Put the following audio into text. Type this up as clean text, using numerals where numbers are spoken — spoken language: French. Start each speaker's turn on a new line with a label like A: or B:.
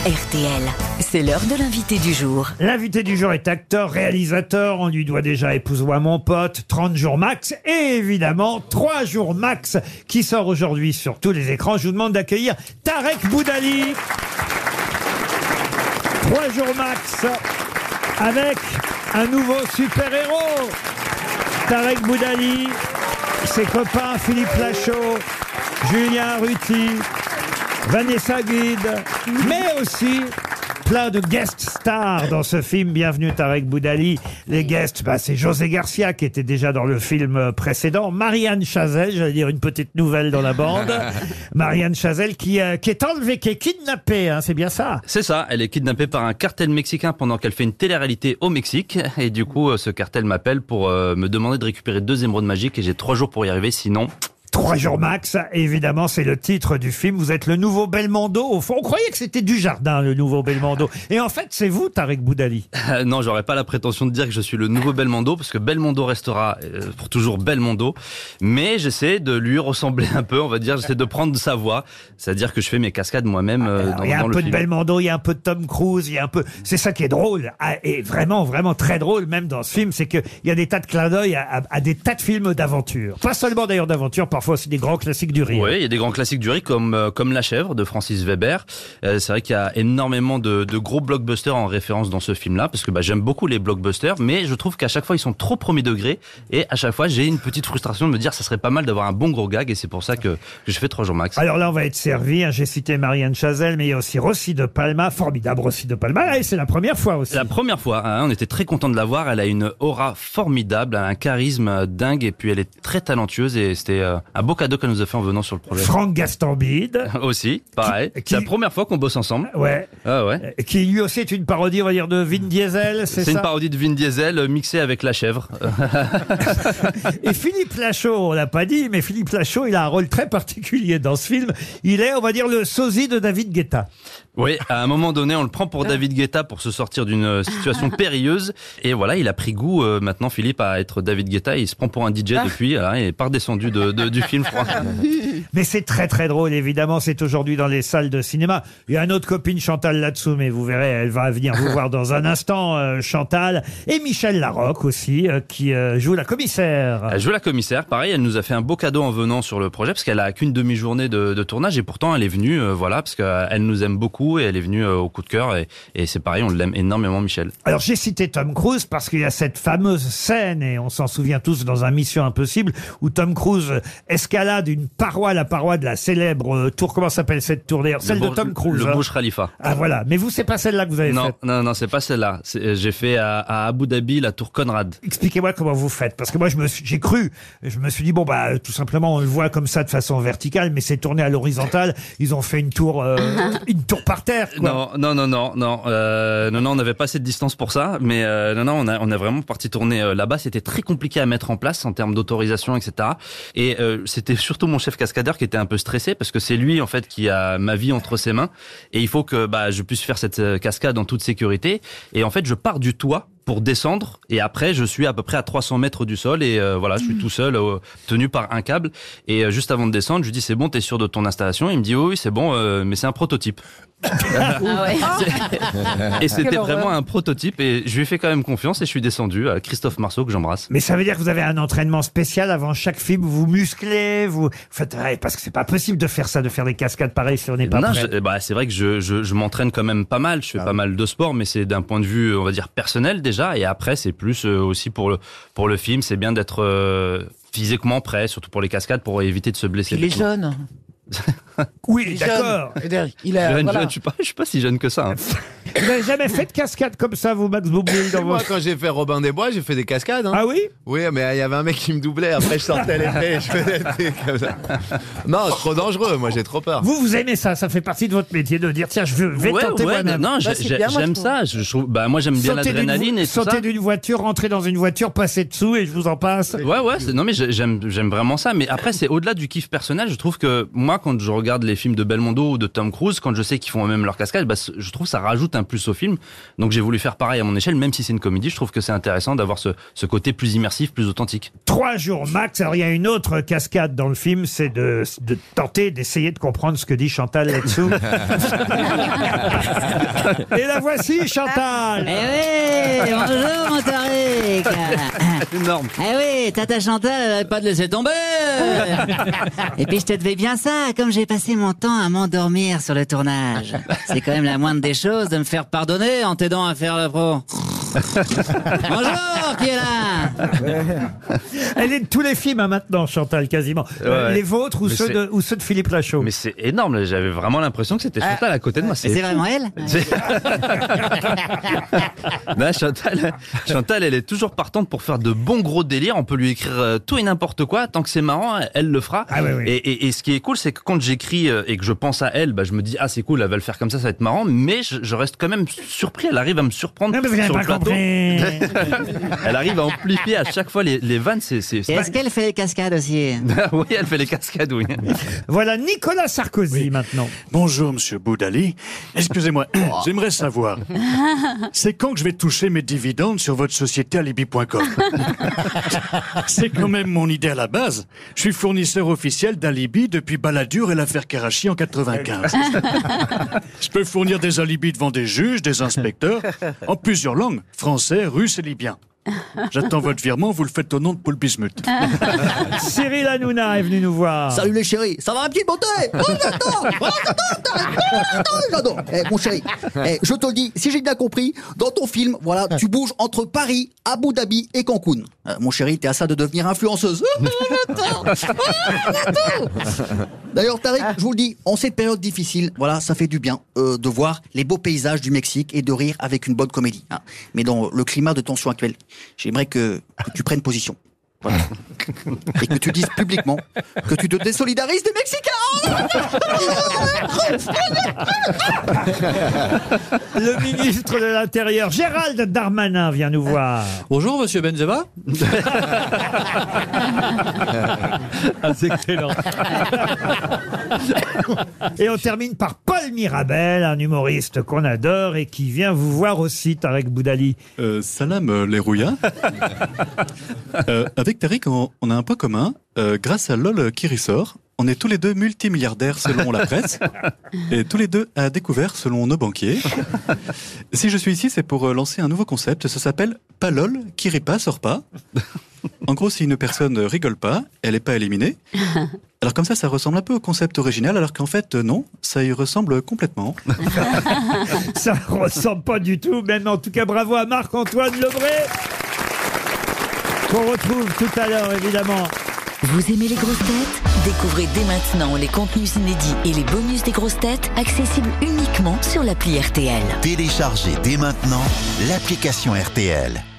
A: RTL, c'est l'heure de l'invité du jour.
B: L'invité du jour est acteur, réalisateur, on lui doit déjà Épouse-moi mon pote, 30 jours max et évidemment 3 jours max qui sort aujourd'hui sur tous les écrans. Je vous demande d'accueillir Tarek Boudali. 3 jours max avec un nouveau super-héros. Tarek Boudali, ses copains Philippe Lachaud, Julien Arruti, Vanessa Guide, mais aussi plein de guest stars dans ce film. Bienvenue Tarek Boudali. Les guests, c'est José Garcia qui était déjà dans le film précédent. Marianne Chazelle, j'allais dire une petite nouvelle dans la bande. Marianne Chazelle qui est enlevée, qui est kidnappée, hein, c'est bien ça?
C: C'est ça, elle est kidnappée par un cartel mexicain pendant qu'elle fait une télé-réalité au Mexique. Et du coup, ce cartel m'appelle pour me demander de récupérer 2 émeraudes magiques et j'ai 3 jours pour y arriver, sinon...
B: 3 jours max, évidemment, c'est le titre du film. Vous êtes le nouveau Belmondo. Au fond, on croyait que c'était Dujardin, le nouveau Belmondo. Et en fait, c'est vous, Tarek Boudali.
C: Non, j'aurais pas la prétention de dire que je suis le nouveau Belmondo, parce que Belmondo restera pour toujours Belmondo. Mais j'essaie de lui ressembler un peu, on va dire. J'essaie de prendre sa voix. C'est-à-dire que je fais mes cascades moi-même dans le film.
B: Il y a un peu de Belmondo, il y a un peu de Tom Cruise, il y a un peu... C'est ça qui est drôle. Et vraiment, vraiment très drôle, même dans ce film, c'est qu'il y a des tas de clins d'œil à des tas de films d'aventure. Pas seulement d'ailleurs d'aventure, parfois aussi des grands classiques du rire.
C: Oui, il y a des grands classiques du rire comme La Chèvre de Francis Weber. C'est vrai qu'il y a énormément de gros blockbusters en référence dans ce film-là, parce que j'aime beaucoup les blockbusters, mais je trouve qu'à chaque fois ils sont trop premier degré, et à chaque fois j'ai une petite frustration de me dire ça serait pas mal d'avoir un bon gros gag, et c'est pour ça que je fais 3 jours max.
B: Alors là on va être servi, hein. J'ai cité Marianne Chazelle, mais il y a aussi Rossi de Palma, formidable Rossi de Palma, et c'est la première fois aussi.
C: La première fois, hein, on était très content de la voir, elle a une aura formidable, un charisme dingue, et puis elle est très talentueuse, et c'était un beau cadeau qu'elle nous a fait en venant sur le projet.
B: Franck Gastambide.
C: Aussi, pareil. C'est la première fois qu'on bosse ensemble.
B: Ouais.
C: Ah ouais.
B: Qui lui aussi est une parodie, on va dire, de Vin Diesel, c'est ça?
C: C'est une parodie de Vin Diesel mixée avec La Chèvre.
B: Et Philippe Lachaud, on l'a pas dit, mais Philippe Lachaud, il a un rôle très particulier dans ce film. Il est, on va dire, le sosie de David Guetta.
C: Oui, à un moment donné, on le prend pour David Guetta pour se sortir d'une situation périlleuse. Et voilà, il a pris goût maintenant, Philippe, à être David Guetta. Il se prend pour un DJ depuis, hein, et est pas redescendu du film, je crois.
B: Mais c'est très très drôle, évidemment. C'est aujourd'hui dans les salles de cinéma. Il y a une autre copine, Chantal, là-dessous, mais vous verrez, elle va venir vous voir dans un instant, Chantal. Et Michel Larocque aussi, qui joue la commissaire.
C: Elle joue la commissaire. Pareil, elle nous a fait un beau cadeau en venant sur le projet, parce qu'elle a qu'une demi-journée de tournage. Et pourtant, elle est venue, voilà, parce qu'elle nous aime beaucoup. Et elle est venue au coup de cœur, et c'est pareil, on l'aime énormément, Michel.
B: Alors j'ai cité Tom Cruise parce qu'il y a cette fameuse scène, et on s'en souvient tous dans un Mission Impossible, où Tom Cruise escalade une paroi, la paroi de la célèbre tour, comment s'appelle cette tour d'ailleurs? Celle de Tom Cruise.
C: Le Burj Khalifa.
B: Ah voilà, mais vous, c'est pas celle-là que vous avez faite?
C: Non, c'est pas celle-là. J'ai fait à Abu Dhabi la tour Conrad.
B: Expliquez-moi comment vous faites, parce que moi je me suis dit tout simplement on le voit comme ça de façon verticale, mais c'est tourné à l'horizontale. Ils ont fait une tour par terre, quoi.
C: Non, on n'avait pas assez de distance pour ça, mais on a vraiment parti tourner là-bas. C'était très compliqué à mettre en place en termes d'autorisation, etc. Et c'était surtout mon chef cascadeur qui était un peu stressé, parce que c'est lui en fait qui a ma vie entre ses mains, et il faut que je puisse faire cette cascade en toute sécurité. Et en fait, je pars du toit pour descendre, et après je suis à peu près à 300 mètres du sol, et voilà, je suis tout seul, tenu par un câble, et juste avant de descendre, je lui dis c'est bon, t'es sûr de ton installation? Il me dit oui, c'est bon, mais c'est un prototype.
A: Ah ouais.
C: Et c'était vraiment un prototype, et je lui ai fait quand même confiance, et je suis descendu à Christophe Marceau, que j'embrasse.
B: Mais ça veut dire que vous avez un entraînement spécial avant chaque film, vous musclez, vous faites, parce que c'est pas possible de faire ça, de faire des cascades pareilles si on n'est pas prêt.
C: C'est vrai que je m'entraîne quand même pas mal, je fais pas mal de sport, mais c'est d'un point de vue, on va dire, personnel déjà, et après c'est plus aussi pour le film, c'est bien d'être physiquement prêt, surtout pour les cascades, pour éviter de se blesser.
D: Il est jeune.
B: Oui, d'accord.
C: Je suis pas si jeune que ça. Hein.
B: Vous n'avez jamais fait de cascade comme ça, vous, Max Boublil, dans
E: Moi, quand j'ai fait Robin des Bois, j'ai fait des cascades. Hein.
B: Ah oui?
E: Oui, mais il y avait un mec qui me doublait. Après, je sortais l'épée et je faisais des trucs comme ça. Non, trop dangereux. Moi, j'ai trop peur.
B: Vous aimez ça? Ça fait partie de votre métier de dire tiens, je vais tenter moi-même.
C: Non, j'aime ça. Moi, j'aime bien l'adrénaline et tout ça.
B: Sauter d'une voiture, rentrer dans une voiture, passer dessous, et je vous en passe.
C: Non, mais j'aime vraiment ça. Mais après, c'est au-delà du kiff personnel. Je trouve que moi, quand je regarde les films de Belmondo ou de Tom Cruise, quand je sais qu'ils font eux-mêmes leur cascade, je trouve que ça rajoute un plus au film. Donc j'ai voulu faire pareil à mon échelle, même si c'est une comédie. Je trouve que c'est intéressant d'avoir ce côté plus immersif, plus authentique.
B: 3 jours max. Alors il y a une autre cascade dans le film, c'est de tenter d'essayer de comprendre ce que dit Chantal là-dessous. Et la voici, Chantal.
D: Eh oui, bonjour mon Tariq.
C: Énorme.
D: Eh oui, tata Chantal, elle avait pas de laisser tomber. Et puis je te devais bien ça, comme j'ai passé mon temps à m'endormir sur le tournage. C'est quand même la moindre des choses de me faire pardonner en t'aidant à faire le pro. Bonjour, qui est là?
B: Elle est de tous les films maintenant, Chantal, quasiment.
C: Ouais.
B: Les vôtres ou ceux de Philippe Lachaud?
C: Mais c'est énorme. J'avais vraiment l'impression que c'était Chantal à côté de moi.
D: C'est vraiment elle?
C: Non, Chantal, elle est toujours partante pour faire de bons gros délires. On peut lui écrire tout et n'importe quoi. Tant que c'est marrant, elle le fera.
B: Ah, oui.
C: Et ce qui est cool, c'est que quand j'écris et que je pense à elle, je me dis, ah, c'est cool, elle va le faire comme ça va être marrant. Mais je reste quand même surpris. Elle arrive à me surprendre
B: Non, mais vous n'avez
C: sur
B: pas
C: le plateau.
B: compris.
C: Elle arrive à amplifier à chaque fois les vannes.
D: Et est-ce qu'elle fait les cascades aussi?
C: Oui, elle fait les cascades, oui.
B: Voilà Nicolas Sarkozy maintenant.
F: Bonjour, monsieur Boudali. Excusez-moi, j'aimerais savoir, c'est quand que je vais toucher mes dividendes sur votre société Alibi.com? C'est quand même mon idée à la base. Je suis fournisseur officiel d'Alibi depuis Balladur et l'affaire Karachi en 95. Je peux fournir des alibis devant des juges, des inspecteurs, en plusieurs langues, français, russe et libyen. J'attends votre virement, vous le faites au nom de Paul Bismuth.
B: Cyril Hanouna est venu nous voir.
G: Salut les chéris, ça va ma petite beauté? J'adore. Mon chéri, je te le dis, si j'ai bien compris, dans ton film, voilà, tu bouges entre Paris, Abu Dhabi et Cancun. Mon chéri, t'es à ça de devenir influenceuse. D'ailleurs, Tariq, je vous le dis, en cette période difficile, voilà, ça fait du bien de voir les beaux paysages du Mexique et de rire avec une bonne comédie. Hein. Mais dans le climat de tension actuel, j'aimerais que tu prennes position. Voilà. Et que tu dises publiquement que tu te désolidarises des Mexicains.
B: Le ministre de l'Intérieur, Gérald Darmanin, vient nous voir.
H: Bonjour, monsieur Benzema.
B: C'est excellent. Et on termine par Paul Mirabel, un humoriste qu'on adore et qui vient vous voir aussi, Tarek Boudali.
F: Salam les rouillas. Avec Tariq, on a un point commun. Grâce à LOL qui ressort, on est tous les deux multimilliardaires selon la presse et tous les deux à découvert selon nos banquiers. Si je suis ici, c'est pour lancer un nouveau concept. Ça s'appelle pas LOL qui rit pas, sort pas. En gros, si une personne rigole pas, elle n'est pas éliminée. Alors comme ça ressemble un peu au concept original, alors qu'en fait, non, ça y ressemble complètement.
B: Ça ressemble pas du tout, même en tout cas bravo à Marc-Antoine Lebré, qu'on retrouve tout à l'heure évidemment.
A: Vous aimez les grosses têtes? Découvrez dès maintenant les contenus inédits et les bonus des grosses têtes accessibles uniquement sur l'appli RTL.
I: Téléchargez dès maintenant l'application RTL.